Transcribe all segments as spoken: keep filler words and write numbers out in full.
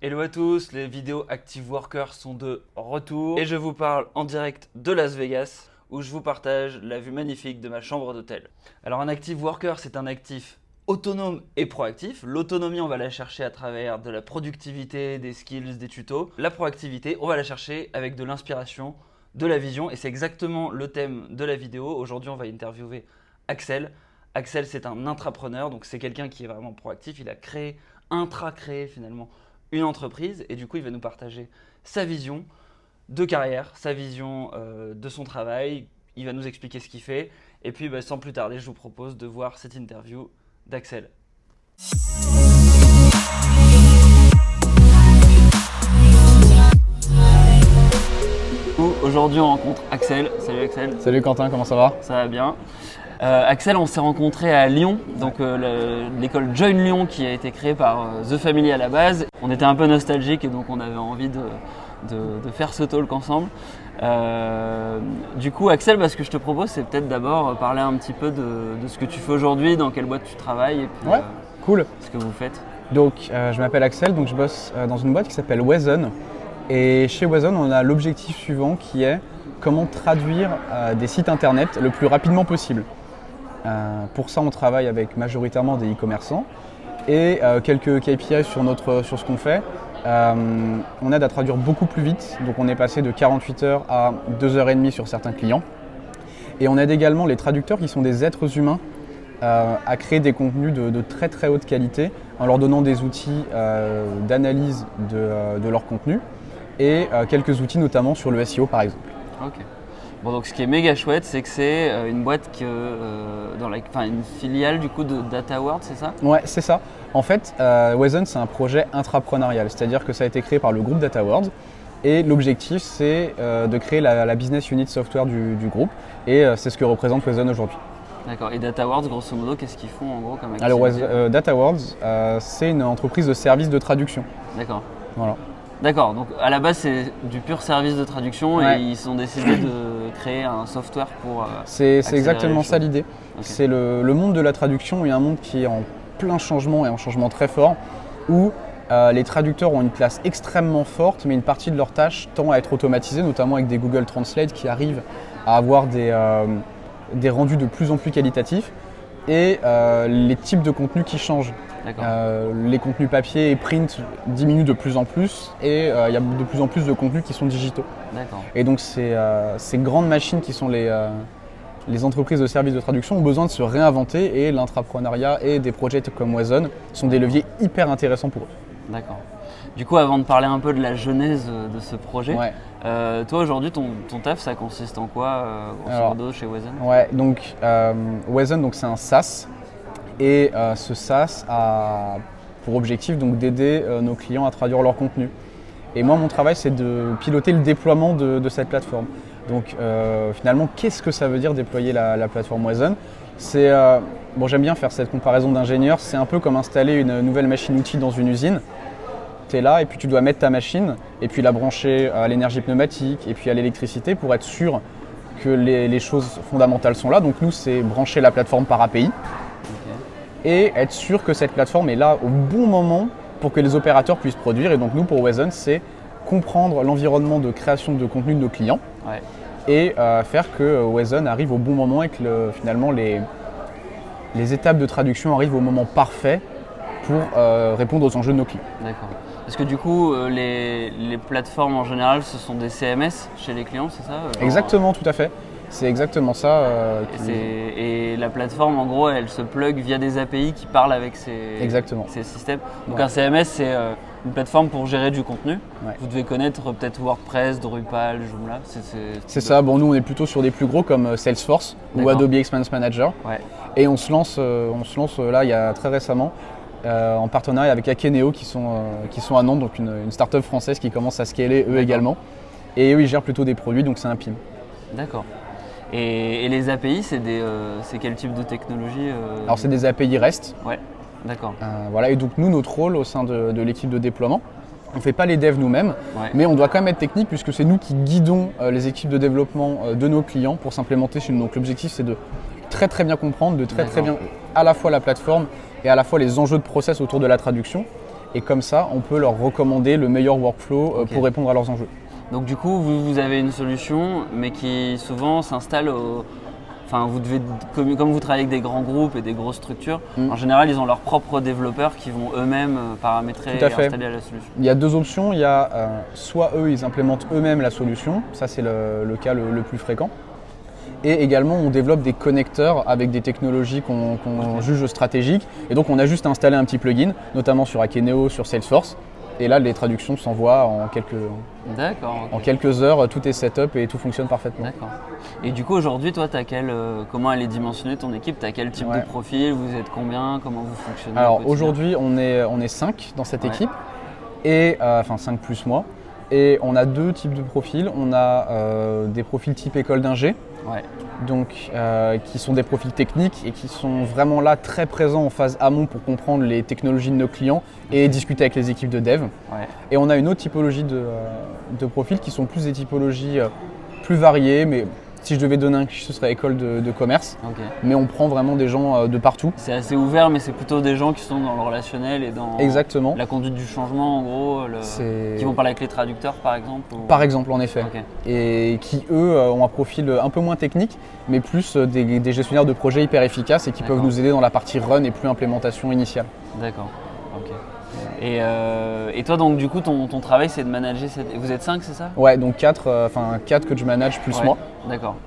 Hello à tous, les vidéos Active Worker sont de retour et je vous parle en direct de Las Vegas où je vous partage la vue magnifique de ma chambre d'hôtel. Alors un Active Worker, c'est un actif autonome et proactif. L'autonomie, on va la chercher à travers de la productivité, des skills, des tutos. La proactivité, on va la chercher avec de l'inspiration, de la vision et c'est exactement le thème de la vidéo. Aujourd'hui, on va interviewer Axel. Axel, c'est un intrapreneur, donc c'est quelqu'un qui est vraiment proactif. Il a créé, intra-créé finalement une entreprise et du coup, il va nous partager sa vision de carrière, sa vision euh, de son travail. Il va nous expliquer ce qu'il fait. Et puis, bah, sans plus tarder, je vous propose de voir cette interview d'Axel. Aujourd'hui, on rencontre Axel. Salut Axel. Salut Quentin, comment ça va? Ça va bien. Euh, Axel, on s'est rencontré à Lyon, donc euh, l'école Join Lyon qui a été créée par euh, The Family à la base. On était un peu nostalgique et donc on avait envie de, de, de faire ce talk ensemble. Euh, du coup, Axel, bah, ce que je te propose, c'est peut-être d'abord parler un petit peu de, de ce que tu fais aujourd'hui, dans quelle boîte tu travailles et puis ouais, euh, cool. ce que vous faites. Donc, euh, je m'appelle Axel, donc je bosse euh, dans une boîte qui s'appelle Wazon. Et chez Wazon, on a l'objectif suivant qui est comment traduire euh, des sites internet le plus rapidement possible. Euh, pour ça, on travaille avec majoritairement des e-commerçants et euh, quelques K P I sur, notre, sur ce qu'on fait. Euh, on aide à traduire beaucoup plus vite, donc on est passé de quarante-huit heures à deux heures trente sur certains clients. Et on aide également les traducteurs qui sont des êtres humains euh, à créer des contenus de, de très très haute qualité en leur donnant des outils euh, d'analyse de, euh, de leur contenu et euh, quelques outils notamment sur le S E O par exemple. Ok. Bon, donc ce qui est méga chouette, c'est que c'est euh, une boîte que, euh, dans la, enfin une filiale du coup de DataWorld, c'est ça? Ouais, c'est ça. En fait, euh, Wazon, c'est un projet intrapreneurial, c'est-à-dire que ça a été créé par le groupe DataWorld et l'objectif, c'est euh, de créer la, la business unit software du, du groupe et euh, c'est ce que représente Wazon aujourd'hui. D'accord. Et DataWorld, grosso modo, qu'est-ce qu'ils font en gros comme activité? Alors, euh, DataWorld, euh, c'est une entreprise de services de traduction. D'accord. Voilà. D'accord, donc à la base c'est du pur service de traduction ouais. et ils ont décidé de créer un software pour... Euh, c'est exactement ça l'idée. Okay. C'est le, le monde de la traduction est un monde qui est en plein changement et en changement très fort où euh, les traducteurs ont une place extrêmement forte mais une partie de leur tâche tend à être automatisée, notamment avec des Google Translate qui arrivent à avoir des, euh, des rendus de plus en plus qualitatifs et euh, les types de contenus qui changent. Euh, les contenus papier et print diminuent de plus en plus et il euh, y a de plus en plus de contenus qui sont digitaux. Et donc ces, euh, ces grandes machines qui sont les, euh, les entreprises de services de traduction ont besoin de se réinventer et l'intrapreneuriat et des projets comme Wazon sont des leviers hyper intéressants pour eux. D'accord. Du coup, avant de parler un peu de la genèse de ce projet, ouais. euh, toi aujourd'hui ton, ton taf ça consiste en quoi euh, grosso Alors, modo chez Wazon? Ouais, donc euh, Wazon donc c'est un SaaS. Et euh, ce SaaS a pour objectif donc d'aider euh, nos clients à traduire leur contenu. Et moi, mon travail, c'est de piloter le déploiement de, de cette plateforme. Donc euh, finalement, qu'est-ce que ça veut dire déployer la, la plateforme Wazon? C'est euh, bon, j'aime bien faire cette comparaison d'ingénieur. C'est un peu comme installer une nouvelle machine-outil dans une usine. Tu es là et puis tu dois mettre ta machine et puis la brancher à l'énergie pneumatique et puis à l'électricité pour être sûr que les, les choses fondamentales sont là. Donc nous, c'est brancher la plateforme par A P I. Et être sûr que cette plateforme est là au bon moment pour que les opérateurs puissent produire. Et donc nous, pour Wazon, c'est comprendre l'environnement de création de contenu de nos clients ouais. et euh, faire que Wazon arrive au bon moment et que le, finalement les, les étapes de traduction arrivent au moment parfait pour euh, répondre aux enjeux de nos clients. D'accord. Parce que du coup, euh, les, les plateformes en général, ce sont des C M S chez les clients, c'est ça? Genre... Exactement, tout à fait. C'est exactement ça. Euh, qui... et, et la plateforme, en gros, elle se plug via des A P I qui parlent avec ces, exactement. ces systèmes. Donc ouais. un C M S, c'est euh, une plateforme pour gérer du contenu. Ouais. Vous devez connaître peut-être WordPress, Drupal, Joomla. C'est ça. Bon, nous, on est plutôt sur des plus gros comme Salesforce ou Adobe Expense Manager. Ouais. Et on se lance, euh, on se lance là, il y a très récemment, euh, en partenariat avec Akeneo qui sont, euh, qui sont à Nantes, donc une, une start-up française qui commence à scaler eux également. Et eux, ils gèrent plutôt des produits, donc c'est un P I M. D'accord. Et, et les A P I, c'est euh, quel type de technologie euh... Alors c'est des A P I REST. Ouais, d'accord. Euh, voilà, et donc nous, notre rôle au sein de, de l'équipe de déploiement, on ne fait pas les devs nous-mêmes, ouais. mais on doit quand même être technique puisque c'est nous qui guidons euh, les équipes de développement euh, de nos clients pour s'implémenter chez nous. Donc l'objectif, c'est de très très bien comprendre, de très très bien à la fois la plateforme et à la fois les enjeux de process autour de la traduction Et comme ça, on peut leur recommander le meilleur workflow euh, Ok. pour répondre à leurs enjeux. Donc du coup, vous, vous avez une solution, mais qui souvent s'installe au... Enfin, vous devez, comme, comme vous travaillez avec des grands groupes et des grosses structures, Mm. en général, ils ont leurs propres développeurs qui vont eux-mêmes euh, paramétrer Tout à et fait. installer la solution. Il y a deux options. Il y a euh, soit eux, ils implémentent eux-mêmes la solution. Ça, c'est le, le cas le, le plus fréquent. Et également, on développe des connecteurs avec des technologies qu'on qu'on Ok. juge stratégiques. Et donc, on a juste installé un petit plugin, notamment sur Akeneo, sur Salesforce. Et là, les traductions s'envoient en quelques, D'accord. ok. en quelques heures. Tout est setup et tout fonctionne parfaitement. D'accord. Et du coup, aujourd'hui, toi, t'as quel, euh, comment elle est dimensionnée ton équipe? Tu as quel type Ouais. de profil? Vous êtes combien? Comment vous fonctionnez au Alors quotidien? aujourd'hui, on est, on est cinq dans cette Ouais. équipe, et, euh, enfin cinq plus moi. Et on a deux types de profils. On a euh, des profils type école d'ingé, Ouais. donc euh, qui sont des profils techniques et qui sont vraiment là très présents en phase amont pour comprendre les technologies de nos clients et discuter avec les équipes de dev. Ouais. Et on a une autre typologie de, euh, de profils qui sont plus des typologies euh, plus variées, mais si je devais donner un cliché, ce serait école de, de commerce. Ok. Mais on prend vraiment des gens euh, de partout. C'est assez ouvert, mais c'est plutôt des gens qui sont dans le relationnel et dans Exactement. la conduite du changement, en gros, le- C'est- qui vont parler avec les traducteurs, par exemple. ou- Par exemple, en effet. Ok. Et qui, eux, euh, ont un profil un peu moins technique, mais plus euh, des, des gestionnaires de projets hyper efficaces et qui peuvent D'accord. nous aider dans la partie run et plus implémentation initiale. D'accord. Ok. Et, euh, et toi, donc, du coup, ton, ton travail, c'est de manager cette... Vous êtes cinq, c'est ça? Ouais, donc quatre, enfin quatre que je manage plus Ouais. moi. D'accord.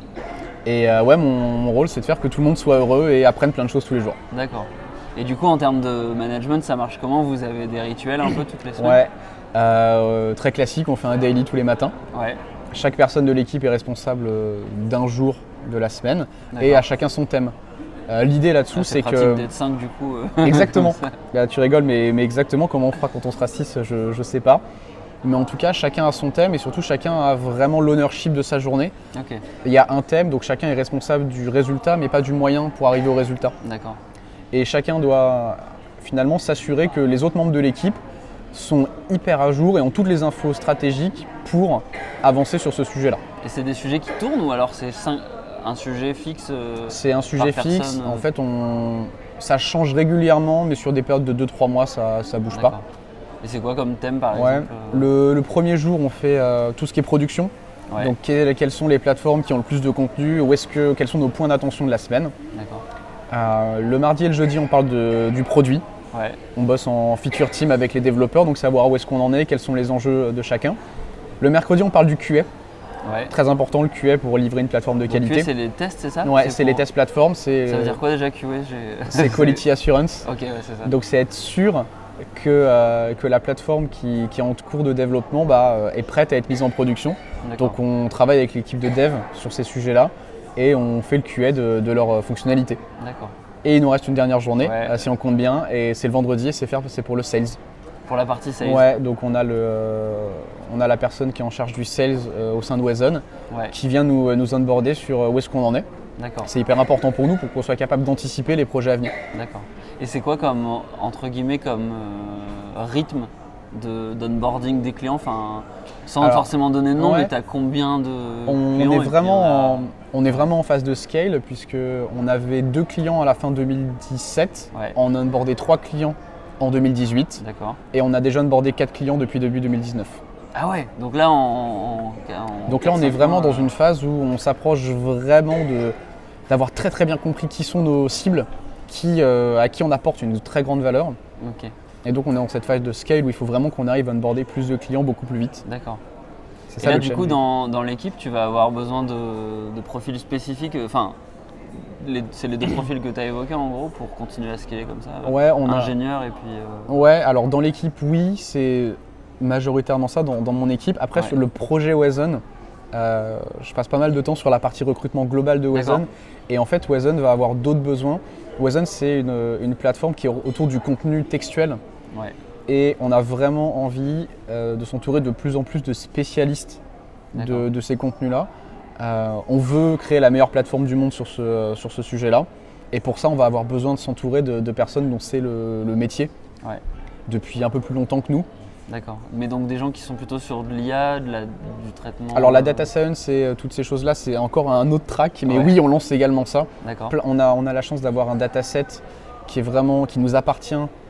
Et euh, ouais, mon, mon rôle, c'est de faire que tout le monde soit heureux et apprenne plein de choses tous les jours. D'accord. Et du coup, en termes de management, ça marche comment? Vous avez des rituels un peu toutes les semaines? Ouais, euh, très classique, on fait un daily tous les matins. Ouais. Chaque personne de l'équipe est responsable euh, d'un jour de la semaine et D'accord. à chacun son thème. Euh, L'idée là-dessous, Ah, c'est pratique que... d'être cinq, du coup. euh. Exactement. Ça. Là, tu rigoles, mais, mais exactement comment on fera quand on sera six, je ne sais pas. Mais en tout cas, chacun a son thème et surtout chacun a vraiment l'ownership de sa journée. Ok. Il y a un thème, donc chacun est responsable du résultat, mais pas du moyen pour arriver au résultat. D'accord. Et chacun doit finalement s'assurer que les autres membres de l'équipe sont hyper à jour et ont toutes les infos stratégiques pour avancer sur ce sujet-là. Et c'est des sujets qui tournent ou alors c'est cinq- un sujet fixe euh, C'est un sujet par fixe. personne, euh. En fait, on, ça change régulièrement, mais sur des périodes de deux trois mois, ça ne bouge pas. D'accord. Et c'est quoi comme thème, par Ouais. exemple euh, Le, le premier jour, on fait euh, tout ce qui est production. Ouais. Donc, quelles, quelles sont les plateformes qui ont le plus de contenu, où est-ce que, quels sont nos points d'attention de la semaine. D'accord. Euh, le mardi et le jeudi, on parle de- du produit. Ouais. On bosse en feature team avec les développeurs, donc savoir où est-ce qu'on en est, quels sont les enjeux de chacun. Le mercredi, on parle du Q A. Ouais. Très important, le Q A pour livrer une plateforme de Donc, Q A, qualité. c'est les tests, c'est ça? Ouais, c'est les pour- tests plateformes, c'est Ça veut dire quoi déjà Q A? J'ai- c'est Quality Assurance. Ok, ouais, c'est ça. Donc c'est être sûr que, euh, que la plateforme qui, qui est en cours de développement bah, euh, est prête à être mise en production. D'accord. Donc on travaille avec l'équipe de dev sur ces sujets-là et on fait le Q A de, de leurs fonctionnalités. D'accord. Et il nous reste une dernière journée, Ouais. euh, si on compte bien, et c'est le vendredi et c'est faire- c'est pour le sales. Pour la partie sales. Ouais, donc on a, le, euh, on a la personne qui est en charge du sales euh, au sein de Wazon Ouais. qui vient nous, nous onboarder sur euh, où est-ce qu'on en est. D'accord. C'est hyper important pour nous pour qu'on soit capable d'anticiper les projets à venir. D'accord. Et c'est quoi comme, entre guillemets, comme euh, rythme de, d'onboarding des clients? Enfin, sans Alors, forcément donner de nom, ouais. mais tu as combien de On clients? est, et puis vraiment on a- en, on est vraiment en phase de scale puisqu'on avait deux clients à la fin deux mille dix-sept, Ouais. on a onboardé trois clients en deux mille dix-huit D'accord. et on a déjà onboardé quatre clients depuis début deux mille dix-neuf. Ah ouais, donc là, en, en- en Donc là on est quatre, cinq vraiment mois, dans une phase où on s'approche vraiment de, d'avoir très très bien compris qui sont nos cibles, qui, euh, à qui on apporte une très grande valeur. Ok, Et donc on est dans cette phase de scale où il faut vraiment qu'on arrive à onboarder plus de clients beaucoup plus vite. d'accord. C'est Et ça là, le du coup, challenge. dans, dans l'équipe, tu vas avoir besoin de, de profils spécifiques. Enfin, les- c'est les deux profils que tu as évoqués en gros pour continuer à scaler comme ça. Ouais, on a- Ingénieur et puis. euh, Ouais, alors dans l'équipe, oui, c'est majoritairement ça dans, dans mon équipe. Après, Ouais. sur le projet Wazon, euh, je passe pas mal de temps sur la partie recrutement global de Wazon. D'accord. Et en fait, Wazon va avoir d'autres besoins. Wazon, c'est une, une plateforme qui est autour du contenu textuel. Ouais, Et on a vraiment envie euh, de s'entourer de plus en plus de spécialistes de, D'accord. de ces contenus-là. Euh, on veut créer la meilleure plateforme du monde sur ce, sur ce sujet-là. Et pour ça, on va avoir besoin de s'entourer de, de personnes dont c'est le, le métier ouais, depuis un peu plus longtemps que nous. d'accord. Mais donc des gens qui sont plutôt sur de l'I A, de la, du traitement. Alors la euh, data science et euh, toutes ces choses-là, c'est encore un autre track, mais Ouais. oui, on lance également ça. D'accord. Ple- On a, on a la chance d'avoir un dataset qui est vraiment, qui nous appartient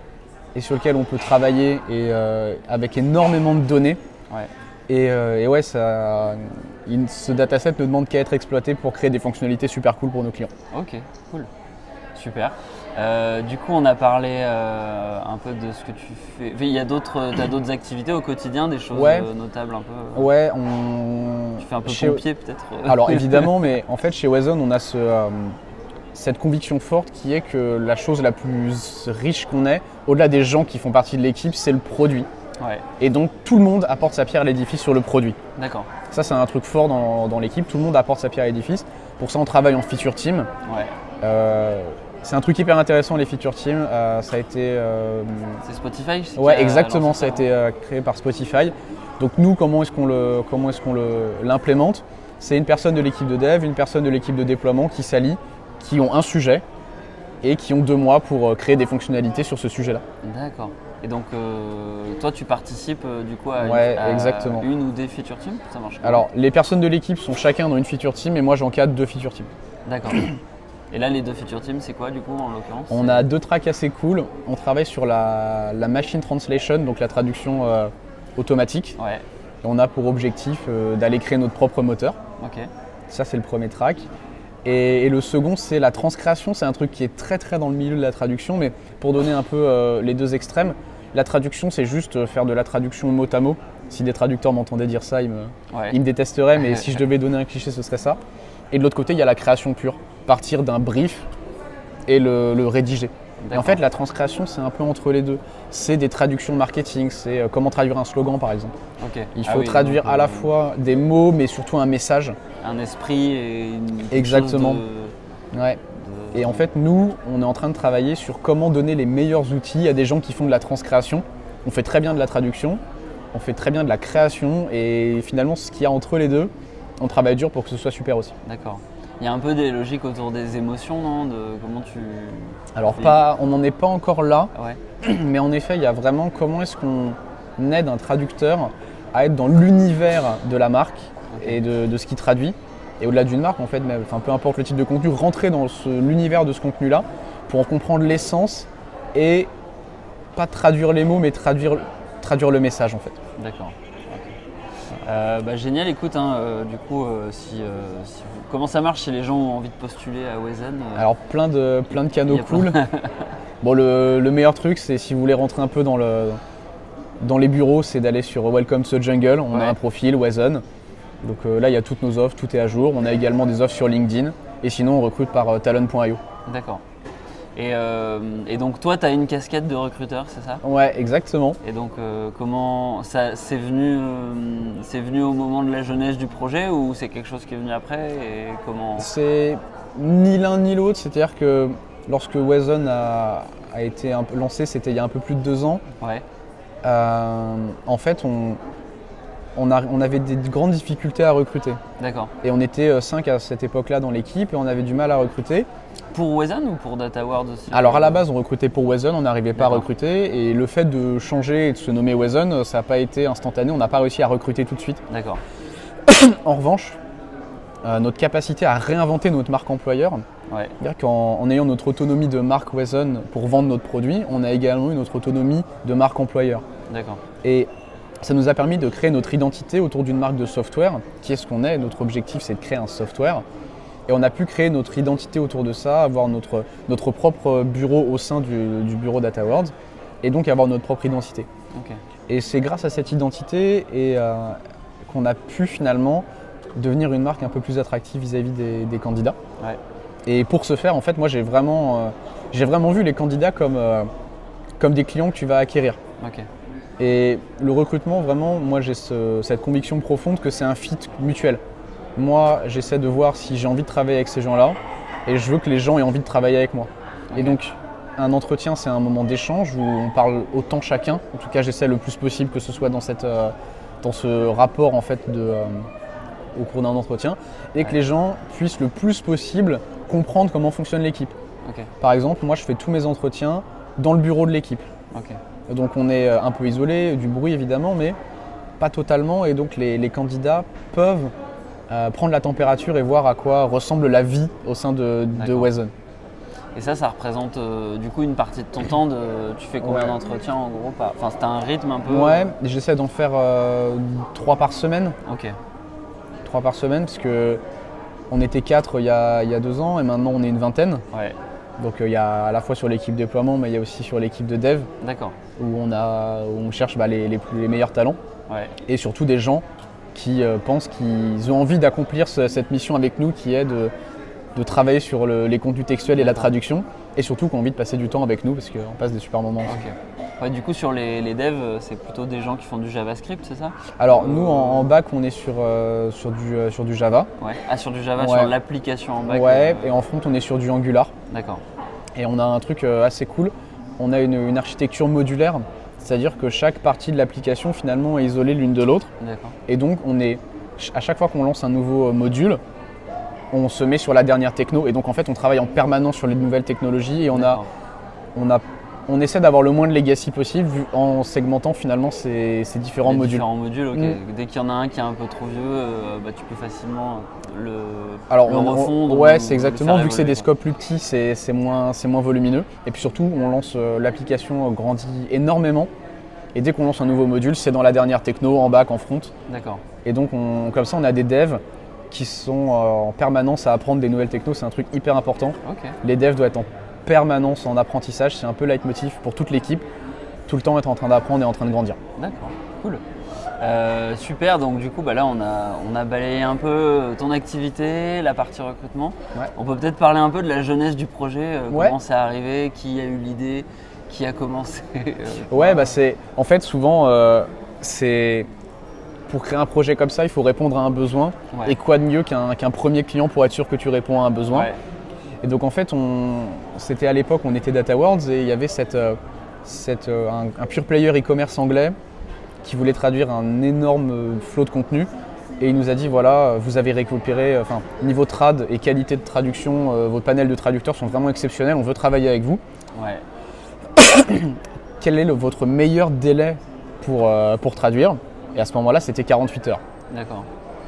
et sur lequel on peut travailler et, euh, avec énormément de données. Ouais. Et, euh, et ouais, ça, il, ce dataset ne demande qu'à être exploité pour créer des fonctionnalités super cool pour nos clients. Ok, cool. Super. Euh, du coup, on a parlé euh, un peu de ce que tu fais. Il y a d'autres, t'as d'autres activités au quotidien, des choses ouais. euh, notables un peu. Ouais, on. Tu fais un peu chez... pompier peut-être. Alors évidemment, mais en fait chez Wazon, on a ce, euh, cette conviction forte qui est que la chose la plus riche qu'on ait, au-delà des gens qui font partie de l'équipe, c'est le produit. Ouais. Et donc tout le monde apporte sa pierre à l'édifice sur le produit. D'accord. Ça c'est un truc fort dans, dans l'équipe, tout le monde apporte sa pierre à l'édifice. Pour ça on travaille en feature team. Ouais. Euh, c'est un truc hyper intéressant les feature teams. Euh, ça a été. Euh... C'est Spotify. C'est ouais exactement, ça a été euh, créé par Spotify. Donc nous comment est-ce qu'on le, comment est-ce qu'on le, l'implémente? C'est une personne de l'équipe de dev, une personne de l'équipe de déploiement qui s'allient, qui ont un sujet et qui ont deux mois pour créer des fonctionnalités sur ce sujet-là. D'accord. Et donc, euh, toi, tu participes euh, du coup à, ouais, une, à exactement. une ou des feature teams? Ça marche comment? Alors, les personnes de l'équipe sont chacun dans une feature team et moi j'encadre deux feature teams. D'accord. Et là, les deux feature teams, c'est quoi du coup en l'occurrence? On a deux tracks assez cool. On travaille sur la, la machine translation, donc la traduction euh, automatique. Ouais. Et on a pour objectif euh, d'aller créer notre propre moteur. Ok. Ça, c'est le premier track. Et, et le second, c'est la transcréation. C'est un truc qui est très très dans le milieu de la traduction, mais pour donner un peu euh, les deux extrêmes, la traduction, c'est juste faire de la traduction mot à mot. Si des traducteurs m'entendaient dire ça, ils me, ouais. ils me détesteraient, mais si je devais donner un cliché, ce serait ça. Et de l'autre côté, il y a la création pure, partir d'un brief et le, le rédiger. Et en fait, la transcréation, c'est un peu entre les deux. C'est des traductions marketing, c'est euh, comment traduire un slogan, par exemple. Okay. Il faut ah oui, traduire donc, à la euh, fois des mots, mais surtout un message. Un esprit et une exactement. De... Ouais. Et en fait, nous, on est en train de travailler sur comment donner les meilleurs outils à des gens qui font de la transcréation. On fait très bien de la traduction, on fait très bien de la création, et finalement, ce qu'il y a entre les deux, on travaille dur pour que ce soit super aussi. D'accord. Il y a un peu des logiques autour des émotions, non? De comment tu... Alors, pas, on n'en est pas encore là, ouais. Mais en effet, il y a vraiment comment est-ce qu'on aide un traducteur à être dans l'univers de la marque okay. et de, de ce qu'il traduit. Et au-delà d'une marque, en fait, mais, enfin, peu importe le type de contenu, rentrer dans ce, l'univers de ce contenu-là pour en comprendre l'essence et pas traduire les mots, mais traduire, traduire le message, en fait. D'accord. Euh, bah, génial, écoute, hein, euh, du coup, euh, si, euh, si vous... comment ça marche si les gens ont envie de postuler à Wazon euh... Alors plein de, plein de canaux cool. Bon, le, le meilleur truc, c'est si vous voulez rentrer un peu dans, le, dans les bureaux, c'est d'aller sur Welcome to the Jungle. On ouais. a un profil Wazon. Donc euh, là, il y a toutes nos offres, tout est à jour. On a également des offres sur LinkedIn. Et sinon, on recrute par euh, talent point i o. D'accord. Et, euh, et donc toi, tu as une casquette de recruteur, c'est ça? Ouais, exactement. Et donc euh, comment ça c'est venu, euh, c'est venu au moment de la jeunesse du projet ou c'est quelque chose qui est venu après et comment? C'est ni l'un ni l'autre, c'est-à-dire que lorsque Wazon a, a été un peu lancé, c'était il y a un peu plus de deux ans. Ouais. Euh, en fait, on, on, a, on avait des grandes difficultés à recruter. D'accord. Et on était cinq à cette époque-là dans l'équipe et on avait du mal à recruter. Pour Wazon ou pour DataWard aussi? Alors à la base, on recrutait pour Wazon, on n'arrivait pas à recruter. Et le fait de changer et de se nommer Wazon, ça n'a pas été instantané, on n'a pas réussi à recruter tout de suite. D'accord. En revanche, euh, notre capacité à réinventer notre marque employeur, ouais. c'est-à-dire qu'en en ayant notre autonomie de marque Wazon pour vendre notre produit, on a également eu notre autonomie de marque employeur. D'accord. Et ça nous a permis de créer notre identité autour d'une marque de software, qui est ce qu'on est. Notre objectif, c'est de créer un software. Et on a pu créer notre identité autour de ça, avoir notre, notre propre bureau au sein du, du bureau DataWorld, et donc avoir notre propre identité. Okay. Et c'est grâce à cette identité et, euh, qu'on a pu finalement devenir une marque un peu plus attractive vis-à-vis des, des candidats. Ouais. Et pour ce faire, en fait, moi j'ai vraiment, euh, j'ai vraiment vu les candidats comme, euh, comme des clients que tu vas acquérir. Okay. Et le recrutement, vraiment, moi j'ai ce, cette conviction profonde que c'est un fit mutuel. Moi, j'essaie de voir si j'ai envie de travailler avec ces gens-là et je veux que les gens aient envie de travailler avec moi. Okay. Et donc, un entretien, c'est un moment d'échange où on parle autant chacun. En tout cas, j'essaie le plus possible que ce soit dans, cette, euh, dans ce rapport en fait, de, euh, au cours d'un entretien et que ouais. les gens puissent le plus possible comprendre comment fonctionne l'équipe. Okay. Par exemple, moi, je fais tous mes entretiens dans le bureau de l'équipe. Okay. Donc, on est un peu isolé, du bruit évidemment, mais pas totalement. Et donc, les, les candidats peuvent Euh, prendre la température et voir à quoi ressemble la vie au sein de, de Wazon. Et ça, ça représente euh, du coup une partie de ton temps. De, tu fais combien Ouais. d'entretiens en gros pas, Enfin, c'est un rythme un peu. Ouais, j'essaie d'en faire euh, trois par semaine. Ok. Trois par semaine, parce que on était quatre il y a, il y a deux ans et maintenant on est une vingtaine. Ouais. Donc euh, il y a à la fois sur l'équipe déploiement, mais il y a aussi sur l'équipe de dev, D'accord. où on, a, où on cherche bah, les, les, plus, les meilleurs talents. Ouais. Et surtout des gens qui euh, pensent qu'ils ont envie d'accomplir ce- cette mission avec nous, qui est de, de travailler sur le- les contenus textuels et la D'accord. traduction, et surtout qui ont envie de passer du temps avec nous, parce qu'on passe des super moments. ensemble. Ok. Ouais, du coup, sur les, les devs, c'est plutôt des gens qui font du JavaScript, c'est ça? Alors nous en, en bac, on est sur, euh, sur, du, euh, sur du Java. Ouais. Ah, sur du Java, Ouais. sur l'application en bac. Ouais, euh, et en front, on est sur du Angular. D'accord. Et on a un truc euh, assez cool, on a une, une architecture modulaire, c'est-à-dire que chaque partie de l'application finalement est isolée l'une de l'autre. D'accord. Et donc on est, à chaque fois qu'on lance un nouveau module, on se met sur la dernière techno. Et donc en fait on travaille en permanence sur les nouvelles technologies et on, a, D'accord. on, a, on essaie d'avoir le moins de legacy possible vu- en segmentant finalement ces, ces différents Les modules. Différents modules, ok. Mm. Dès qu'il y en a un qui est un peu trop vieux, euh, bah, tu peux facilement le, Alors le on- on- refondre. ou ouais, le c'est exactement, faire vu que c'est évoluer, des quoi. scopes plus petits, c'est c'est moins, c'est moins volumineux. Et puis surtout, on lance euh, l'application euh, grandit énormément. Et dès qu'on lance un nouveau module, c'est dans la dernière techno, en back, en front. D'accord. Et donc on- comme ça, on a des devs qui sont euh, en permanence à apprendre des nouvelles technos. C'est un truc hyper important. Ok. Les devs doivent être en permanence en apprentissage. C'est un peu leitmotiv pour toute l'équipe. Tout le temps être en train d'apprendre et en train de grandir. D'accord, cool. Euh, super, donc du coup bah là on a, on a balayé un peu ton activité, la partie recrutement. Ouais. On peut peut-être parler un peu de la jeunesse du projet, euh, Ouais. comment c'est arrivé, qui a eu l'idée, qui a commencé. euh, Ouais, bah c'est. En fait, souvent, euh, c'est. Pour créer un projet comme ça, il faut répondre à un besoin. Ouais. Et quoi de mieux qu'un qu'un premier client pour être sûr que tu réponds à un besoin. Ouais. Et donc en fait, on, c'était à l'époque, on était Data Worlds et il y avait cette, euh, cette, euh, un, un pure player e-commerce anglais qui voulait traduire un énorme euh, flot de contenu. Et il nous a dit, voilà, vous avez récupéré, euh, enfin, niveau trad et qualité de traduction, euh, vos panels de traducteurs sont vraiment exceptionnels, on veut travailler avec vous. Ouais. Quel est le- votre meilleur délai pour, euh, pour traduire? Et à ce moment-là, c'était quarante-huit heures. D'accord.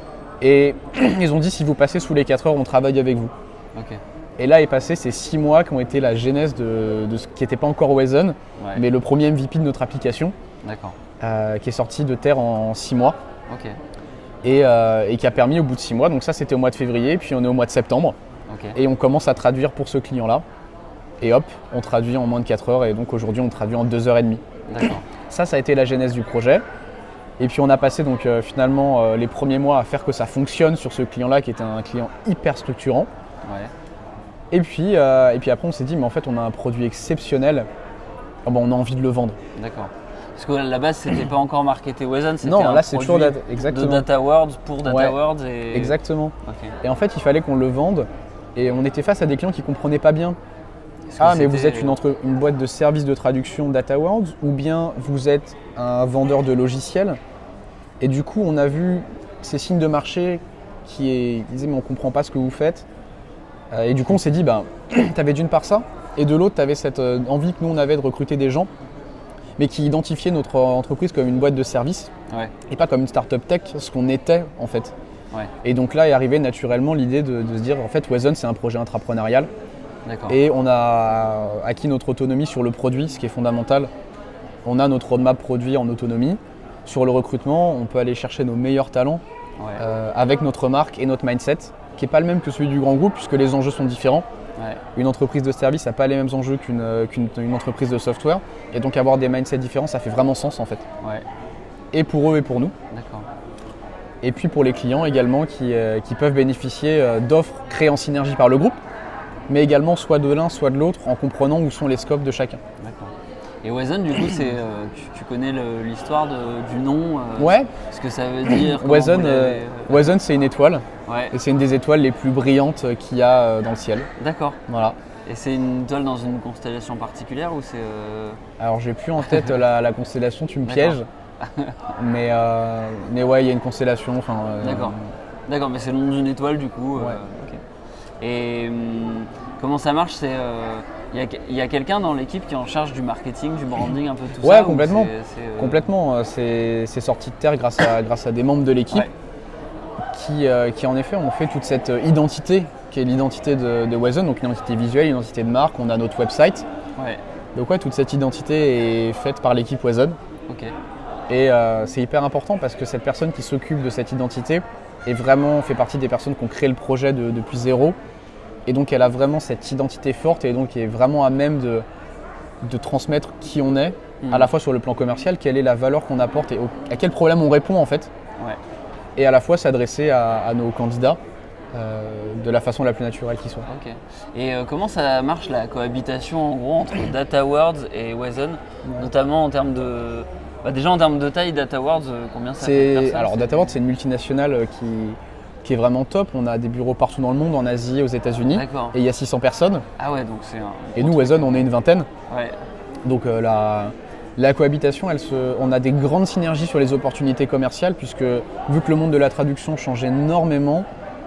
Et ils ont dit, si vous passez sous les quatre heures, on travaille avec vous. Ok. Et là est passé ces six mois qui ont été la genèse de, de ce qui n'était pas encore Wazen, Ouais. mais le premier M V P de notre application, D'accord. euh, qui est sorti de terre en six mois Ok. et, euh, et qui a permis au bout de six mois, donc ça c'était au mois de février, puis on est au mois de septembre, Ok. et on commence à traduire pour ce client-là. Et hop, on traduit en moins de quatre heures, et donc aujourd'hui on traduit en deux heures trente. D'accord. Ça, ça a été la genèse du projet. Et puis on a passé donc euh, finalement euh, les premiers mois à faire que ça fonctionne sur ce client-là, qui était un client hyper structurant. Ouais. Et puis, euh, et puis après, on s'est dit, mais en fait, on a un produit exceptionnel. Ah bon, on a envie de le vendre. D'accord. Parce que à la base c'était pas encore marketé Wazen, c'était Non, un là, c'est toujours produit data- exactement. de Data Worlds pour Data Ouais. Worlds et. Exactement. Ok. Et en fait, il fallait qu'on le vende. Et on était face à des clients qui ne comprenaient pas bien. Est-ce que Ah, mais vous c'était- êtes une, entre- une boîte de services de traduction Data Worlds, ou bien vous êtes un vendeur de logiciels. Et du coup, on a vu ces signes de marché qui, est, qui disaient, mais on ne comprend pas ce que vous faites. Euh, Et du coup, on s'est dit, ben, tu avais d'une part ça, et de l'autre, tu avais cette euh, envie que nous, on avait de recruter des gens, mais qui identifiaient notre entreprise comme une boîte de services, Ouais. et pas comme une start-up tech, ce qu'on était en fait. Ouais. Et donc là est arrivée naturellement l'idée de, de se dire, en fait, Wazen, c'est un projet intrapreneurial, D'accord. et on a acquis notre autonomie sur le produit, ce qui est fondamental. On a notre roadmap produit en autonomie. Sur le recrutement, on peut aller chercher nos meilleurs talents Ouais. euh, avec notre marque et notre mindset, qui n'est pas le même que celui du grand groupe, puisque les enjeux sont différents. Ouais. Une entreprise de service n'a pas les mêmes enjeux qu'une euh, qu'une- une entreprise de software. Et donc avoir des mindsets différents, ça fait vraiment sens en fait. Ouais. Et pour eux et pour nous. D'accord. Et puis pour les clients également qui, euh, qui peuvent bénéficier euh, d'offres créées en synergie par le groupe, mais également soit de l'un, soit de l'autre, en comprenant où sont les scopes de chacun. D'accord. Et Wazen, du coup, c'est, euh, tu, tu connais le- l'histoire de- du nom euh, Ouais, Ce que ça veut dire comment Wazen, vous euh, l'avez- Wazen, c'est une étoile, Ouais. et c'est une des étoiles les plus brillantes euh, qu'il y a euh, dans le ciel. D'accord. Voilà. Et c'est une étoile dans une constellation particulière ou c'est euh, Alors j'ai plus en tête la, la constellation, tu me D'accord. pièges. mais, euh, mais ouais, il y a une constellation. enfin, euh, D'accord. D'accord, mais c'est le nom d'une étoile du coup. euh, Ouais. ok. Et hum, comment ça marche? C'est euh, il y a, il y a quelqu'un dans l'équipe qui est en charge du marketing, du branding, un peu tout Ouais, ça ou complètement. c'est- c'est, euh, Complètement, euh, c'est c'est sorti de terre grâce à, grâce à des membres de l'équipe Ouais. qui, euh, qui en effet ont fait toute cette euh, identité qui est l'identité de, de Wayzone, donc une identité visuelle, une identité de marque, on a notre website. Ouais. Donc ouais, toute cette identité est faite par l'équipe Wayzone. Ok. Et euh, c'est hyper important parce que cette personne qui s'occupe de cette identité est vraiment, fait partie des personnes qui ont créé le projet de, depuis zéro. Et donc elle a vraiment cette identité forte et donc est vraiment à même de, de transmettre qui on est, mmh. à la fois sur le plan commercial, quelle est la valeur qu'on apporte et au, à quel problème on répond en fait. Ouais. Et à la fois s'adresser à, à nos candidats euh, de la façon la plus naturelle qui soit. Ok. Et euh, comment ça marche la cohabitation en gros entre DataWords et Wayzone, ouais. notamment en termes de… Bah déjà en termes de taille, DataWords, euh, combien ça fait de personnes? Alors DataWords c'est une multinationale qui, qui est vraiment top. On a des bureaux partout dans le monde, en Asie, aux États-Unis. D'accord. Et il y a six cents personnes. Ah ouais, donc c'est un… Et nous, Wayzone, on est une vingtaine. Ouais. Donc euh, la, la cohabitation, elle se, on a des grandes synergies sur les opportunités commerciales puisque vu que le monde de la traduction change énormément,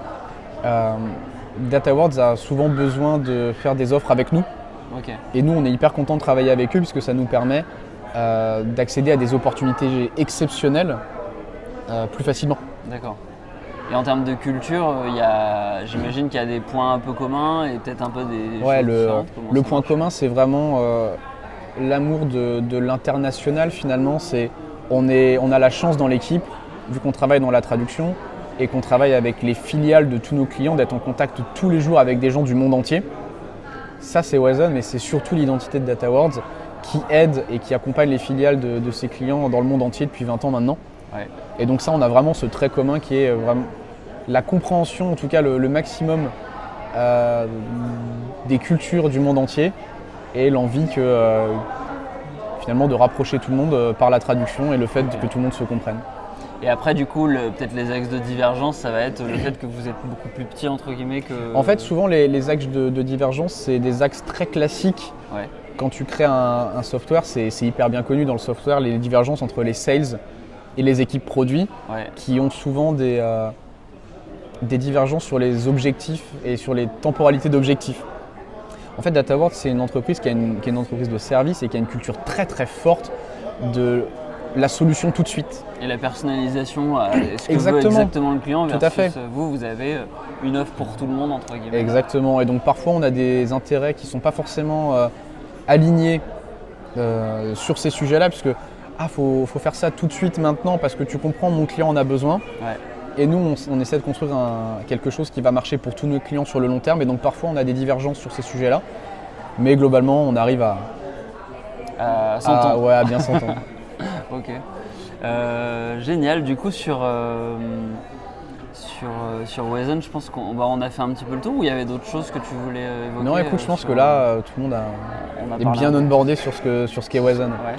euh, DataWords a souvent besoin de faire des offres avec nous. Okay. Et nous, on est hyper contents de travailler avec eux puisque ça nous permet euh, d'accéder à des opportunités exceptionnelles euh, plus facilement. D'accord. Et en termes de culture, il y a, j'imagine qu'il y a des points un peu communs et peut-être un peu des ouais, choses le, différentes. Le point marche commun, c'est vraiment euh, l'amour de, de l'international finalement. C'est, on, est, on a la chance dans l'équipe, vu qu'on travaille dans la traduction et qu'on travaille avec les filiales de tous nos clients, d'être en contact tous les jours avec des gens du monde entier. Ça, c'est Wayzone, mais c'est surtout l'identité de DataWords qui aide et qui accompagne les filiales de, de ses clients dans le monde entier depuis vingt ans maintenant. Ouais. Et donc ça, on a vraiment ce trait commun qui est vraiment la compréhension, en tout cas le, le maximum euh, des cultures du monde entier et l'envie que, euh, finalement de rapprocher tout le monde euh, par la traduction et le fait okay. que tout le monde se comprenne. Et après, du coup, le, peut-être les axes de divergence, ça va être le fait que vous êtes beaucoup plus petit, entre guillemets, que… En fait, souvent, les, les axes de, de divergence, c'est des axes très classiques. Ouais. Quand tu crées un, un software, c'est, c'est hyper bien connu dans le software, les divergences entre les sales et les équipes produits, ouais. qui ont souvent des, euh, des divergences sur les objectifs et sur les temporalités d'objectifs. En fait, DataWords, c'est une entreprise qui, a une, qui est une entreprise de service et qui a une culture très très forte de la solution tout de suite. Et la personnalisation, est-ce que exactement. veut exactement le client versus tout à fait. vous, vous avez une offre pour tout le monde, entre guillemets. Exactement, et donc parfois on a des intérêts qui ne sont pas forcément euh, alignés euh, sur ces sujets-là, puisque ah, faut, faut faire ça tout de suite maintenant parce que tu comprends, mon client en a besoin. Ouais. Et nous, on, on essaie de construire un, quelque chose qui va marcher pour tous nos clients sur le long terme, et donc parfois on a des divergences sur ces sujets-là, mais globalement on arrive à, à s'entendre. À, ouais, à bien s'entendre. Ok. Euh, génial. Du coup, sur, euh, sur, euh, sur Wayzone, je pense qu'on bah, on a fait un petit peu le tour, ou il y avait d'autres choses que tu voulais évoquer? Non, écoute, je pense sur, que là, euh, tout le monde a, a est bien onboardé sur ce, que, sur ce qu'est Wayzone. Ouais.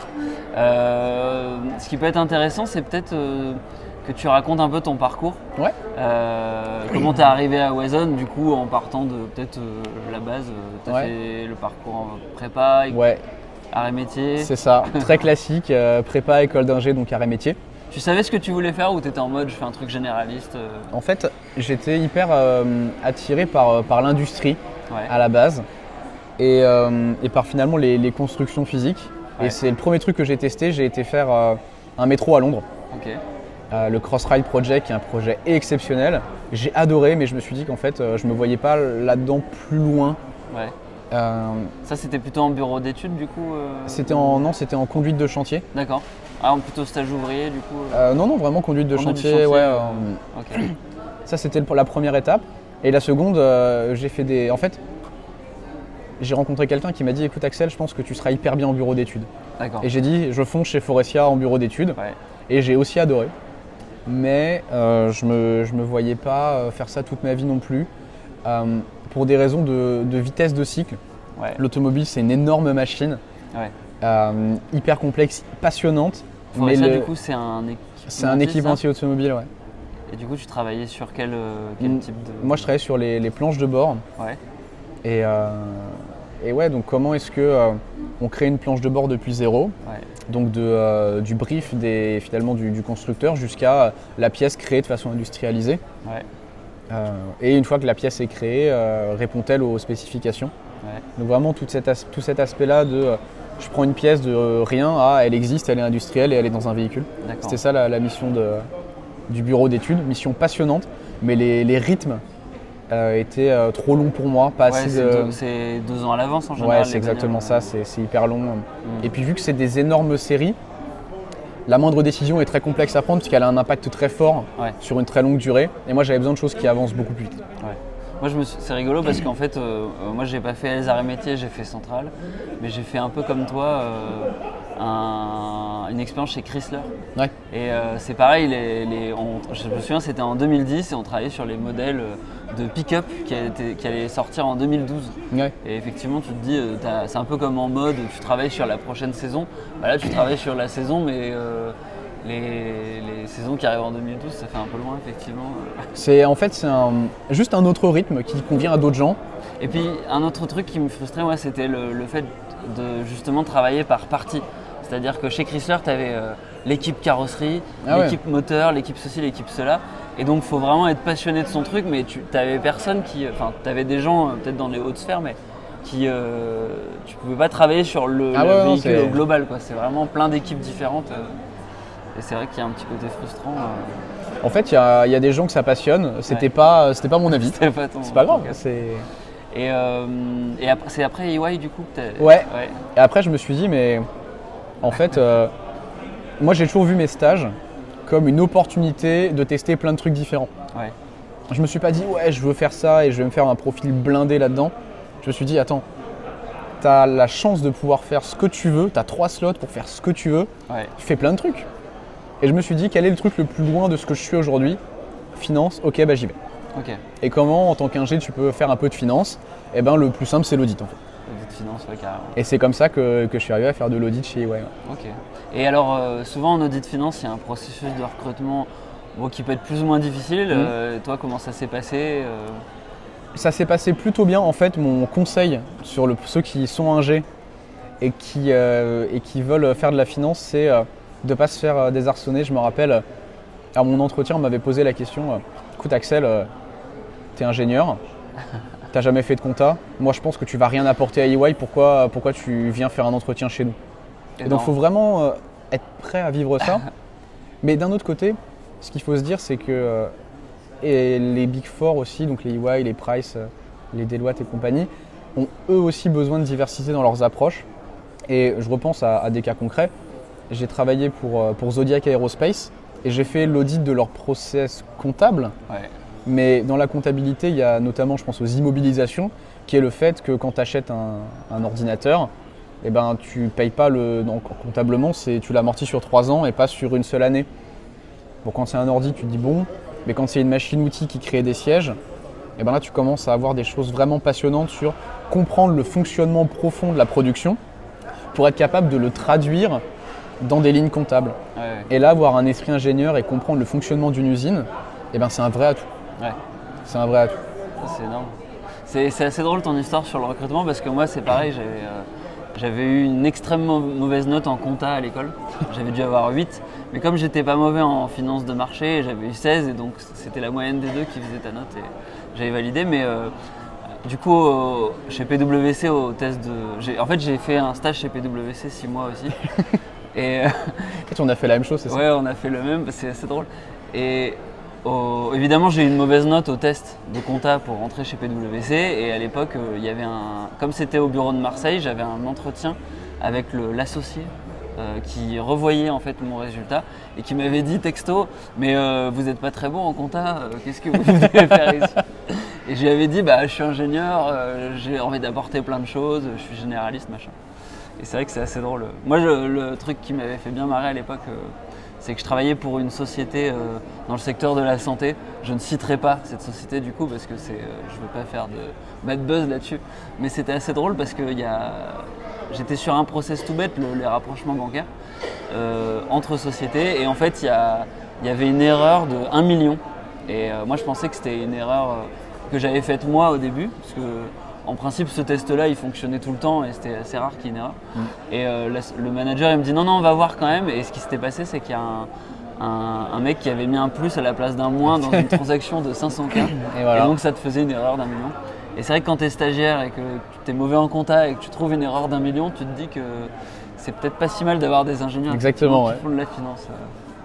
Euh, ce qui peut être intéressant, c'est peut-être euh, que tu racontes un peu ton parcours. Ouais. Euh, comment tu es arrivé à Wayzone, du coup, en partant de peut-être euh, la base, tu as ouais. fait le parcours en prépa. Ouais. Arrêt métier. C'est ça, très classique, euh, prépa, école d'ingé, donc arrêt métier. Tu savais ce que tu voulais faire ou tu étais en mode je fais un truc généraliste? euh... En fait, j'étais hyper euh, attiré par, par l'industrie ouais. à la base et, euh, et par finalement les, les constructions physiques. Ouais. Et c'est le premier truc que j'ai testé, j'ai été faire euh, un métro à Londres. Okay. Euh, le Crossrail Project qui est un projet exceptionnel. J'ai adoré, mais je me suis dit qu'en fait, euh, je ne me voyais pas là-dedans plus loin. Ouais. Euh, ça c'était plutôt en bureau d'études du coup euh... C'était en non, c'était en conduite de chantier. D'accord. Ah, en plutôt stage ouvrier du coup. Euh... Euh, non non, vraiment conduite de chantier. chantier. Ouais. Euh... Euh... Okay. Ça c'était la première étape. Et la seconde, euh, j'ai fait des. En fait, j'ai rencontré quelqu'un qui m'a dit écoute Axel, je pense que tu seras hyper bien en bureau d'études. D'accord. Et j'ai dit je fonce chez Forestia en bureau d'études. Ouais. Et j'ai aussi adoré. Mais euh, je me je me voyais pas faire ça toute ma vie non plus. Euh, pour des raisons de, de vitesse de cycle. Ouais. L'automobile, c'est une énorme machine, ouais. euh, hyper complexe, passionnante. Mais ça, le... du coup, c'est un équipementier. C'est un équipementier automobile, ouais. Et du coup, tu travaillais sur quel, quel mmh. type de… Moi, je travaillais sur les, les planches de bord. Ouais. Et, euh, et ouais, donc comment est-ce que euh, on crée une planche de bord depuis zéro, ouais. donc de, euh, du brief des, finalement du, du constructeur jusqu'à la pièce créée de façon industrialisée. Ouais. Euh, et une fois que la pièce est créée, euh, répond-elle aux spécifications? Ouais. Donc vraiment tout cet, as- tout cet aspect-là de euh, je prends une pièce de euh, rien à elle existe, elle est industrielle et elle est dans un véhicule. D'accord. C'était ça la, la mission de, du bureau d'études, mission passionnante, mais les, les rythmes euh, était euh, trop long pour moi, pas Ouais, assez c'est de... deux, c'est deux ans à l'avance en général. Ouais, c'est les exactement bagnoles, ça, c'est c'est hyper long. Mm. Et puis vu que c'est des énormes séries, la moindre décision est très complexe à prendre parce qu'elle a un impact très fort Ouais. sur une très longue durée. Et moi j'avais besoin de choses qui avancent beaucoup plus vite. Ouais. Moi, je me suis- c'est rigolo parce qu'en fait, euh, euh, moi, j'ai pas fait les arts et métiers, j'ai fait Centrale, mais j'ai fait un peu comme toi euh, un- une expérience chez Chrysler. Ouais. Et euh, c'est pareil, les, les- on- je me souviens, c'était en deux mille dix et on travaillait sur les modèles euh, de pick-up qui, a été- qui allaient sortir en deux mille douze. Ouais. Et effectivement, tu te dis, euh, t'as- c'est un peu comme en mode, tu travailles sur la prochaine saison. Bah là, tu travailles sur la saison, mais euh, les, les saisons qui arrivent en deux mille douze, ça fait un peu loin, effectivement. C'est en fait c'est un- juste un autre rythme qui convient à d'autres gens. Et puis un autre truc qui me frustrait, moi, c'était le, le fait de justement travailler par partie. C'est-à-dire que chez Chrysler, tu avais l'équipe carrosserie, Ah ouais. l'équipe moteur, l'équipe ceci, l'équipe cela. Et donc, il faut vraiment être passionné de son truc, mais tu n'avais personne qui. Enfin, tu avais des gens, euh, peut-être dans les hautes sphères, mais qui. Euh, tu pouvais pas travailler sur le, Ah le ouais, non, véhicule c'est- au global, quoi. C'est vraiment plein d'équipes différentes. euh, et c'est vrai qu'il y a un petit côté frustrant. euh. En fait, il y, a il y a des gens que ça passionne. C'était Ouais. pas, c'était pas mon avis. C'était pas ton- C'est pas grave. ton cas. c'est- Et, euh, et après, c'est après E Y, du coup, que t'as- Ouais. Et après, je me suis dit, mais en fait, euh, moi j'ai toujours vu mes stages comme une opportunité de tester plein de trucs différents. Ouais. Je me suis pas dit, ouais, je veux faire ça et je vais me faire un profil blindé là-dedans. Je me suis dit, attends, tu as la chance de pouvoir faire ce que tu veux, tu as trois slots pour faire ce que tu veux, Ouais. tu fais plein de trucs. Et je me suis dit, quel est le truc le plus loin de ce que je suis aujourd'hui? Finance, ok, bah j'y vais. Ok. Et comment, en tant qu'ingé, tu peux faire un peu de finance? Eh ben, le plus simple, c'est l'audit en fait. Audit de finance, ouais, carrément. Et c'est comme ça que, que je suis arrivé à faire de l'audit chez E Y. ouais. Ok. Et alors, euh, souvent en audit de finance, il y a un processus de recrutement bon, qui peut être plus ou moins difficile. Mhm. Euh, toi, comment ça s'est passé euh Ça s'est passé plutôt bien. En fait, mon conseil sur le- ceux qui sont ingés et qui, euh, et qui veulent faire de la finance, c'est euh, de ne pas se faire euh, désarçonner. Je me rappelle, euh, à mon entretien, on m'avait posé la question euh, écoute, Axel, euh, tu es ingénieur, tu n'as jamais fait de compta. Moi, je pense que tu vas rien apporter à E Y. Pourquoi, pourquoi tu viens faire un entretien chez nous? Et donc, il faut vraiment euh, être prêt à vivre ça. Mais d'un autre côté, ce qu'il faut se dire, c'est que euh, et les Big Four aussi, donc les E Y, les Price, euh, les Deloitte et compagnie, ont eux aussi besoin de diversité dans leurs approches. Et je repense à, à des cas concrets. J'ai travaillé pour, euh, pour Zodiac Aerospace et j'ai fait l'audit de leur process comptable. Ouais. Mais dans la comptabilité, il y a notamment, je pense, aux immobilisations, qui est le fait que quand tu achètes un, un ordinateur, eh ben, tu ne payes pas le. Donc, comptablement, c'est, tu l'amortis sur trois ans et pas sur une seule année. Bon, quand c'est un ordi, tu te dis bon, mais quand c'est une machine-outil qui crée des sièges, eh ben là, tu commences à avoir des choses vraiment passionnantes sur comprendre le fonctionnement profond de la production pour être capable de le traduire dans des lignes comptables. Ouais, ouais. Et là, avoir un esprit ingénieur et comprendre le fonctionnement d'une usine, eh ben, c'est un vrai atout. Ouais. C'est un vrai atout. Ça, c'est énorme. C'est, c'est assez drôle ton histoire sur le recrutement parce que moi, c'est pareil. J'avais, euh, j'avais eu une extrêmement mauvaise note en compta à l'école. J'avais dû avoir huit. Mais comme j'étais pas mauvais en finance de marché, j'avais eu seize et donc c'était la moyenne des deux qui faisait ta note et j'avais validé. Mais euh, du coup, au- chez P W C, au test de. j'ai- En fait, j'ai fait un stage chez P W C six mois aussi. Et euh, En fait, on a fait la même chose, c'est ça? ouais, on a fait le même, c'est assez drôle. Et au- évidemment, j'ai eu une mauvaise note au test de compta pour rentrer chez P W C. Et à l'époque, euh, il y avait un. Comme c'était au bureau de Marseille, j'avais un entretien avec le- l'associé euh, qui revoyait en fait mon résultat et qui m'avait dit texto, mais euh, vous n'êtes pas très bon en compta, euh, qu'est-ce que vous voulez faire ici? Et je lui avais dit, bah, je suis ingénieur, euh, j'ai envie d'apporter plein de choses, je suis généraliste, machin. Et c'est vrai que c'est assez drôle. Moi, je- le truc qui m'avait fait bien marrer à l'époque, euh, c'est que je travaillais pour une société euh, dans le secteur de la santé. Je ne citerai pas cette société du coup parce que c'est, euh, je ne veux pas faire de bad buzz là-dessus. Mais c'était assez drôle parce que il y a... j'étais sur un process tout bête, le- les rapprochements bancaires, euh, entre sociétés. Et en fait, il y, a- il y avait une erreur de un million. Et euh, moi, je pensais que c'était une erreur euh, que j'avais faite moi au début. Parce que, en principe, ce test-là, il fonctionnait tout le temps et c'était assez rare qu'il y ait une erreur. Mm. Et euh, la- le manager, il me dit non, non, on va voir quand même. Et ce qui s'était passé, c'est qu'il y a un, un- un mec qui avait mis un plus à la place d'un moins dans une transaction de cinq cents K. Et voilà. Et donc, ça te faisait une erreur d'un million. Et c'est vrai que quand tu es stagiaire et que tu es mauvais en compta et que tu trouves une erreur d'un million, tu te dis que c'est peut-être pas si mal d'avoir des ingénieurs Exactement, qui ouais. font de la finance. euh.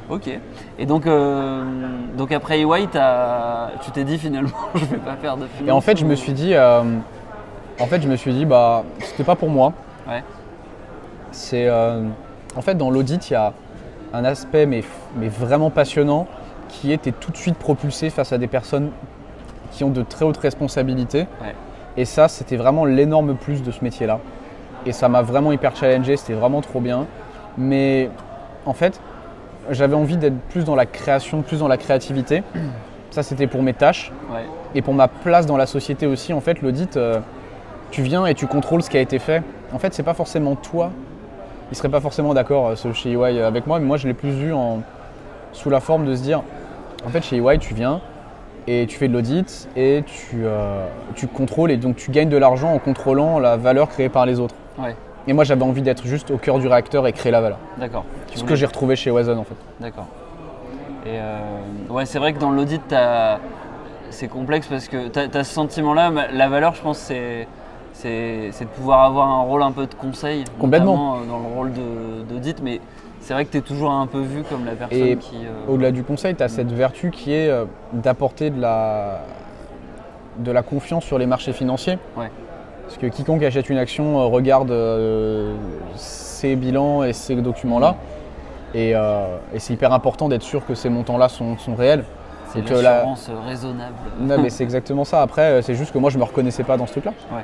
Ok. Et donc, euh, donc après E Y, t'as- tu t'es dit finalement, je vais pas faire de finance. Et en fait, je ou- me suis dit, euh, en fait, je me suis dit, bah, c'était pas pour moi. Ouais. C'est, euh, en fait, dans l'audit, il y a un aspect, mais, mais vraiment passionnant, qui est t'es tout de suite propulsé face à des personnes qui ont de très hautes responsabilités. Ouais. Et ça, c'était vraiment l'énorme plus de ce métier-là. Et ça m'a vraiment hyper challengé, c'était vraiment trop bien. Mais en fait, j'avais envie d'être plus dans la création, plus dans la créativité. Ça, c'était pour mes tâches. Ouais. Et pour ma place dans la société aussi, en fait, l'audit, euh, tu viens et tu contrôles ce qui a été fait. En fait, c'est pas forcément toi. Il serait pas forcément d'accord, euh, ce chez E Y, avec moi, mais moi, je l'ai plus vu en, sous la forme de se dire, en fait, chez E Y, tu viens et tu fais de l'audit et tu, euh, tu contrôles et donc tu gagnes de l'argent en contrôlant la valeur créée par les autres. Ouais. Et moi, j'avais envie d'être juste au cœur du réacteur et créer la valeur. D'accord. Tu Ce voulais- que j'ai retrouvé chez Wazen, en fait. D'accord. Et euh, ouais, c'est vrai que dans l'audit, t'as- c'est complexe parce que tu as ce sentiment-là. mais La valeur, je pense, c'est c'est c'est de pouvoir avoir un rôle un peu de conseil, Complètement. notamment euh, dans le rôle de- d'audit. Mais c'est vrai que tu es toujours un peu vu comme la personne Et qui. euh, Au-delà du conseil, tu as cette vertu qui est euh, d'apporter de la, de la confiance sur les marchés financiers. Ouais. Parce que quiconque achète une action euh, regarde euh, ces bilans et ces documents-là. Et, euh, et c'est hyper important d'être sûr que ces montants-là sont, sont réels. C'est Donc, euh, la- l'assurance raisonnable. Non, mais c'est exactement ça. Après, euh, c'est juste que moi, je me reconnaissais pas dans ce truc-là. Ouais.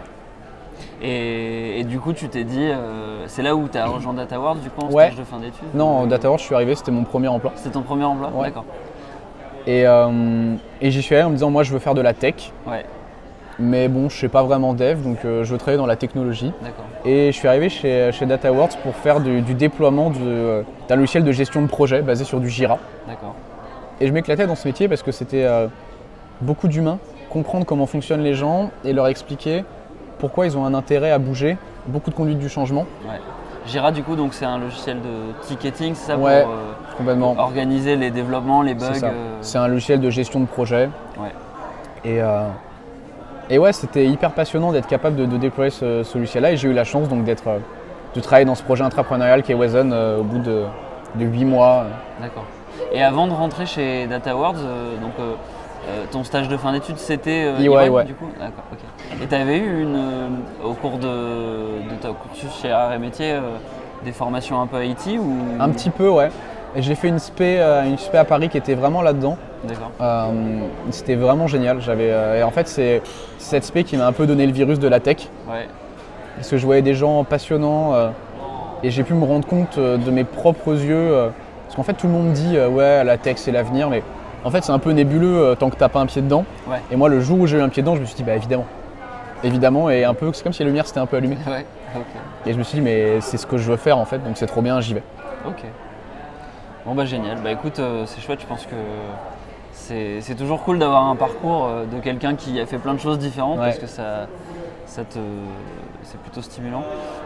Et, et du coup, tu t'es dit, euh, c'est là où tu as rejoint DataWorld, du coup, en Ouais. stage de fin d'études Non, ou- en DataWorld, je suis arrivé, c'était mon premier emploi. C'était ton premier emploi. Ouais. D'accord. Et, euh, et j'y suis allé en me disant, moi, je veux faire de la tech. Ouais, Mais bon, je ne suis pas vraiment dev, donc euh, je veux travailler dans la technologie. d'accord. Et je suis arrivé chez, chez DataWorks pour faire du, du déploiement de, euh, d'un logiciel de gestion de projet basé sur du Jira. D'accord. Et je m'éclatais dans ce métier parce que c'était euh, beaucoup d'humains, comprendre comment fonctionnent les gens et leur expliquer pourquoi ils ont un intérêt à bouger, beaucoup de conduite du changement. Ouais. Jira, du coup, donc c'est un logiciel de ticketing, c'est ça, Ouais. pour euh, Complètement. organiser les développements, les bugs. C'est ça. euh, C'est un logiciel de gestion de projet. Ouais. Et, euh, et ouais, c'était hyper passionnant d'être capable de, de déployer ce, ce logiciel-là. Et j'ai eu la chance donc d'être, euh, de travailler dans ce projet intrapreneurial qui est Wazen euh, au bout de, de huit mois. D'accord. Et avant de rentrer chez DataWorld, euh, donc euh, euh, ton stage de fin d'études, c'était euh, E Y, E Y, ouais. du coup. D'accord. Ok. Et tu avais eu une, euh, au cours de, de ta cursus chez Arts et Métiers, euh, des formations un peu I T ou Un petit peu, ouais. Et j'ai fait une spé, euh, une spé à Paris qui était vraiment là-dedans. D'accord. Euh, c'était vraiment génial. J'avais, euh, et en fait, c'est cette spé qui m'a un peu donné le virus de la tech. Ouais. Parce que je voyais des gens passionnants euh, et j'ai pu me rendre compte euh, de mes propres yeux. euh, parce qu'en fait, tout le monde dit euh, ouais, la tech c'est l'avenir, mais en fait, c'est un peu nébuleux euh, tant que t'as pas un pied dedans. Ouais. Et moi, le jour où j'ai eu un pied dedans, je me suis dit bah évidemment. Évidemment, et un peu, c'est comme si la lumière s'était un peu allumée. Ouais. Ok. Et je me suis dit mais c'est ce que je veux faire en fait, donc c'est trop bien, j'y vais. Ok. Bon bah génial. Bah écoute, euh, c'est chouette. Je pense que c'est c'est toujours cool d'avoir un parcours euh, de quelqu'un qui a fait plein de choses différentes Ouais. parce que ça, ça te, c'est plutôt stimulant.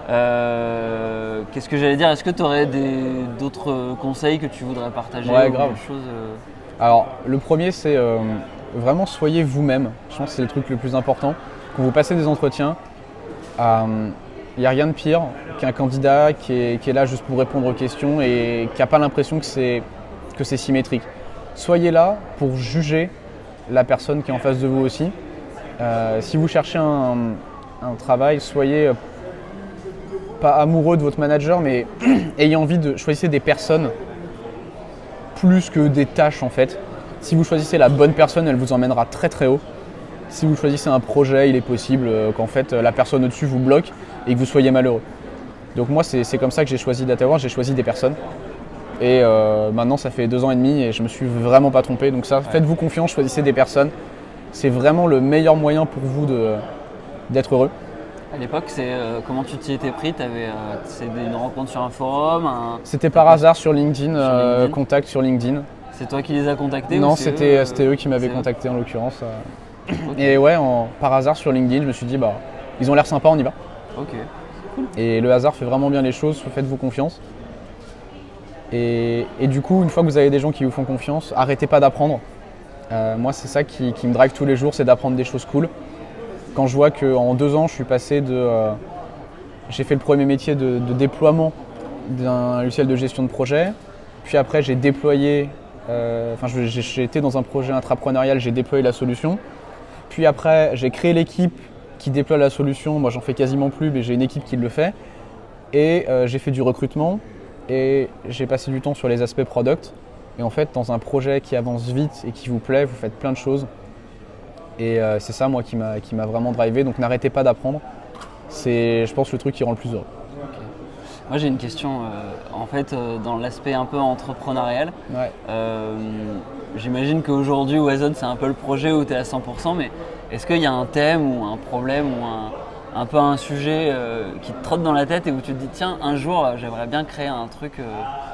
Euh, Qu'est-ce que j'allais dire? Est-ce que tu aurais d'autres conseils que tu voudrais partager? Ouais, ou grave. quelque chose, euh, Alors, le premier, c'est euh, vraiment soyez vous-même. Je pense que c'est le truc le plus important. Quand vous passez des entretiens, il n'y a rien de pire qu'un candidat qui est, qui est là juste pour répondre aux questions et qui n'a pas l'impression que c'est que c'est symétrique. Soyez là pour juger la personne qui est en face de vous aussi. Euh, si vous cherchez un, un travail, soyez euh, pas amoureux de votre manager, mais ayez envie de choisir des personnes plus que des tâches en fait. Si vous choisissez la bonne personne, elle vous emmènera très très haut. Si vous choisissez un projet, il est possible euh, qu'en fait la personne au-dessus vous bloque et que vous soyez malheureux. Donc moi c'est c'est comme ça que j'ai choisi DataWorld, j'ai choisi des personnes. Et euh, maintenant ça fait deux ans et demi et je me suis vraiment pas trompé. Donc ça, faites-vous confiance, choisissez des personnes. C'est vraiment le meilleur moyen pour vous de, d'être heureux. À l'époque, c'est euh, comment tu t'y étais pris? T'avais, euh, c'est une rencontre sur un forum, un- C'était par hasard sur LinkedIn, Sur euh, LinkedIn. contact sur LinkedIn. c'est toi qui les as contactés? Non, ou c'est c'était, eux, euh, c'était eux qui m'avaient c'est eux contacté en l'occurrence. euh. Ok. Et ouais, en- par hasard sur LinkedIn, je me suis dit, bah, ils ont l'air sympas, on y va. Ok. Et le hasard fait vraiment bien les choses, faites-vous confiance. Et, et du coup, une fois que vous avez des gens qui vous font confiance, arrêtez pas d'apprendre. Euh, moi, c'est ça qui, qui me drive tous les jours, c'est d'apprendre des choses cool. Quand je vois qu'en deux ans, je suis passé de... euh, j'ai fait le premier métier de, de déploiement d'un logiciel de gestion de projet. Puis après, j'ai déployé, euh, enfin, je- j'ai j'ai été dans un projet intrapreneurial, j'ai déployé la solution. Puis après, j'ai créé l'équipe qui déploie la solution. Moi, j'en fais quasiment plus, mais j'ai une équipe qui le fait. Et euh, j'ai fait du recrutement et j'ai passé du temps sur les aspects product. Et en fait, dans un projet qui avance vite et qui vous plaît, vous faites plein de choses. Et euh, c'est ça, moi, qui m'a qui m'a vraiment drivé. Donc, n'arrêtez pas d'apprendre. C'est, je pense, le truc qui rend le plus heureux. Moi j'ai une question, euh, en fait euh, dans l'aspect un peu entrepreneurial, Ouais. euh, j'imagine qu'aujourd'hui Wazon c'est un peu le projet où tu es à cent pour cent, mais est-ce qu'il y a un thème ou un problème ou un, un peu un sujet euh, qui te trotte dans la tête et où tu te dis tiens un jour euh, j'aimerais bien créer un truc, euh,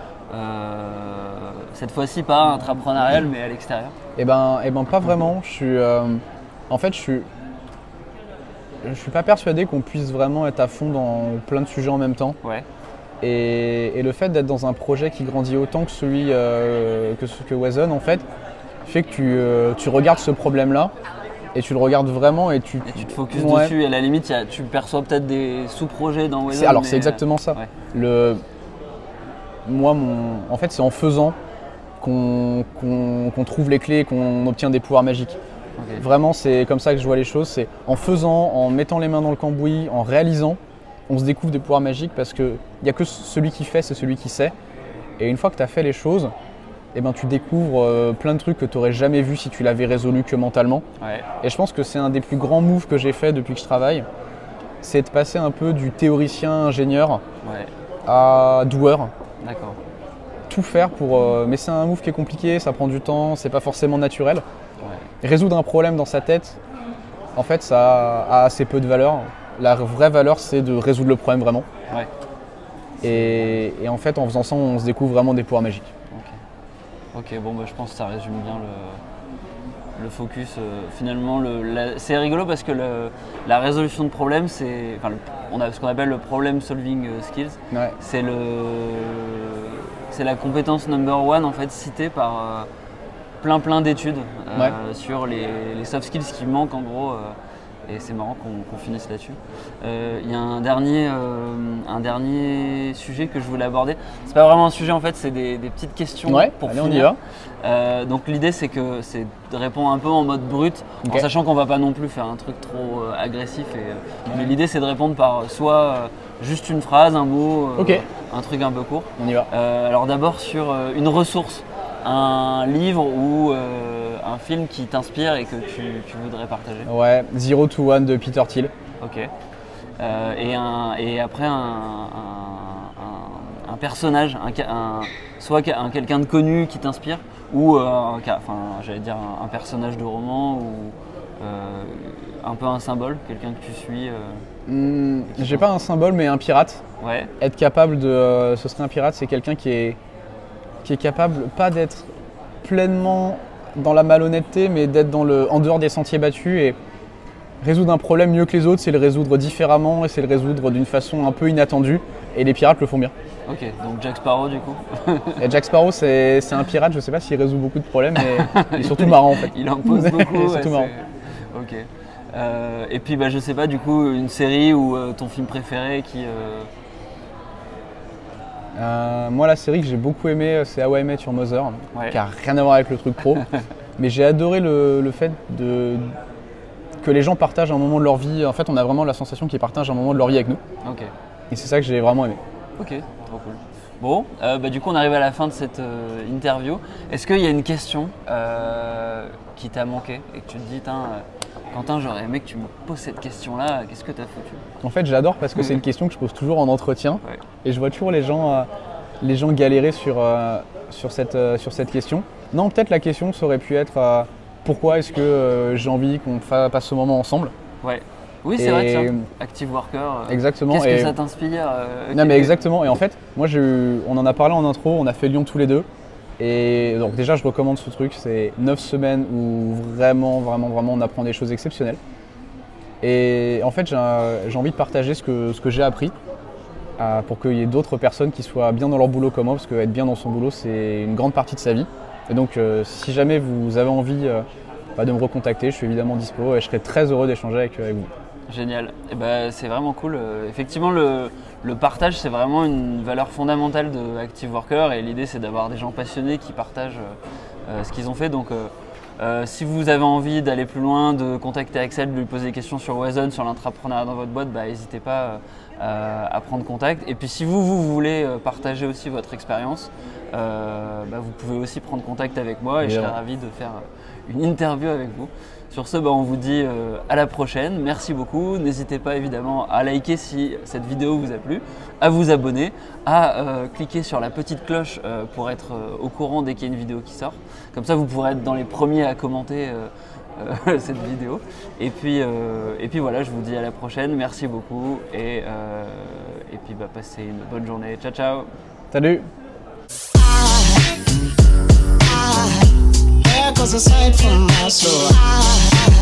euh, cette fois-ci pas intrapreneurial mais à l'extérieur? Eh ben, eh ben pas vraiment. Je suis, euh, en fait, je suis, je suis pas persuadé qu'on puisse vraiment être à fond dans plein de sujets en même temps. Ouais, Et, et le fait d'être dans un projet qui grandit autant que celui euh, que, ce- que Wazon, en fait, fait que tu, euh, tu regardes ce problème-là et tu le regardes vraiment et tu. et tu te focuses Ouais. dessus et à la limite y a- tu perçois peut-être des sous-projets dans Wazon. C'est- alors mais, c'est exactement ça. ouais. Le, moi, mon, en fait, c'est en faisant qu'on qu'on- qu'on trouve les clés et qu'on obtient des pouvoirs magiques. Ok. Vraiment, c'est comme ça que je vois les choses. C'est en faisant, en mettant les mains dans le cambouis, en réalisant, on se découvre des pouvoirs magiques parce qu'il n'y a que celui qui fait, c'est celui qui sait. Et une fois que tu as fait les choses, eh ben, tu découvres euh, plein de trucs que tu n'aurais jamais vu si tu l'avais résolu que mentalement. Ouais. Et je pense que c'est un des plus grands moves que j'ai fait depuis que je travaille. C'est de passer un peu du théoricien ingénieur Ouais, à doueur. d'accord. Tout faire pour. euh, mais c'est un move qui est compliqué, ça prend du temps, c'est pas forcément naturel. Ouais. Résoudre un problème dans sa tête, en fait, ça a assez peu de valeur. La vraie valeur, c'est de résoudre le problème vraiment. Ouais. Et, et en fait, en faisant ça, on se découvre vraiment des pouvoirs magiques. Ok, Ok, bon bah, je pense que ça résume bien le, le focus. euh, finalement, le, la- c'est rigolo parce que le- la résolution de problèmes, c'est, enfin, le- on a ce qu'on appelle le problem solving euh, skills. Ouais. C'est le, c'est la compétence number one en fait citée par euh, plein plein d'études euh, Ouais. sur les, les soft skills qui manquent en gros. euh, et c'est marrant qu'on qu'on finisse là-dessus. Euh, Il y a un dernier, euh, un dernier sujet que je voulais aborder. C'est pas vraiment un sujet en fait, c'est des, des petites questions Ouais, pour allez, on y finir. va. Euh, donc l'idée c'est que c'est de répondre un peu en mode brut, Ok. en sachant qu'on va pas non plus faire un truc trop euh, agressif. Et, euh, mais l'idée c'est de répondre par soit euh, juste une phrase, un mot, euh, Ok. un truc un peu court. On y va. Euh, alors d'abord sur euh, une ressource, un livre ou euh, un film qui t'inspire et que tu, tu voudrais partager. Ouais, Zero to One de Peter Thiel. Ok. Euh, et, un, et après un, un- un- un personnage, un, ca- un- soit ca- un, quelqu'un de connu qui t'inspire, ou euh, un, ca- enfin, j'allais dire un, un personnage de roman, ou euh, un peu un symbole, quelqu'un que tu suis. euh, Hmm, j'ai pas un symbole, mais un pirate. Ouais, Être capable de. euh, ce serait un pirate, c'est quelqu'un qui est, qui est capable, pas d'être pleinement dans la malhonnêteté, mais d'être dans le, en dehors des sentiers battus et résoudre un problème mieux que les autres, c'est le résoudre différemment et c'est le résoudre d'une façon un peu inattendue. Et les pirates le font bien. ok, donc Jack Sparrow du coup. Et Jack Sparrow, c'est c'est un pirate, je sais pas s'il résout beaucoup de problèmes, mais il est surtout marrant en fait. Il en pose beaucoup. Il est ouais, surtout marrant. c'est- Ok. Euh, et puis bah, je sais pas du coup une série ou euh, ton film préféré qui. euh, Euh, moi, la série que j'ai beaucoup aimée, c'est How I Met Your Mother, Ouais. qui a rien à voir avec le truc pro. Mais j'ai adoré le, le fait de, que les gens partagent un moment de leur vie. En fait, on a vraiment la sensation qu'ils partagent un moment de leur vie avec nous. Ok. Et c'est ça que j'ai vraiment aimé. Ok, trop cool. Bon, euh, bah, du coup on arrive à la fin de cette euh, interview. Est-ce qu'il y a une question euh, qui t'a manqué et que tu te dis, Tain, euh, Quentin, j'aurais aimé que tu me poses cette question-là, qu'est-ce que t'as foutu? En fait, j'adore parce que c'est une question que je pose toujours en entretien. Ouais. Et je vois toujours les gens, euh, les gens galérer sur, euh, sur, cette, euh, sur cette question. Non, peut-être la question, ça aurait pu être euh, pourquoi est-ce que euh, j'ai envie qu'on fa- passe ce moment ensemble? Ouais. Oui, c'est vrai, Et- tiens. Active Worker. euh, Exactement. Qu'est-ce Et- que ça t'inspire euh, Non quel- mais exactement, et en fait, moi j'ai eu- on en a parlé en intro, on a fait Lyon tous les deux. Et donc déjà je recommande ce truc, c'est neuf semaines où vraiment, vraiment, vraiment on apprend des choses exceptionnelles. Et en fait j'ai un- j'ai envie de partager ce que, ce que j'ai appris euh, pour qu'il y ait d'autres personnes qui soient bien dans leur boulot comme moi, parce qu'être bien dans son boulot c'est une grande partie de sa vie. Et donc euh, si jamais vous avez envie euh, bah, de me recontacter, je suis évidemment dispo et je serai très heureux d'échanger avec, avec vous. Génial. Et ben, c'est vraiment cool. Euh, effectivement, le, le partage, c'est vraiment une valeur fondamentale de Active Worker et l'idée, c'est d'avoir des gens passionnés qui partagent euh, ce qu'ils ont fait. Donc, euh, euh, si vous avez envie d'aller plus loin, de contacter Axel, de lui poser des questions sur Wazon, sur l'entrepreneuriat dans votre boîte, bah, n'hésitez pas euh, à prendre contact. Et puis, si vous, vous voulez partager aussi votre expérience, euh, bah, vous pouvez aussi prendre contact avec moi et Bien. Je serai ravi de faire une interview avec vous. Sur ce, bah, on vous dit euh, à la prochaine. Merci beaucoup. N'hésitez pas évidemment à liker si cette vidéo vous a plu, à vous abonner, à euh, cliquer sur la petite cloche euh, pour être euh, au courant dès qu'il y a une vidéo qui sort. Comme ça, vous pourrez être dans les premiers à commenter euh, euh, cette vidéo. Et puis, euh, et puis voilà, je vous dis à la prochaine. Merci beaucoup et, euh, et puis bah, passez une bonne journée. Ciao, ciao. Salut. Cause aside from my soul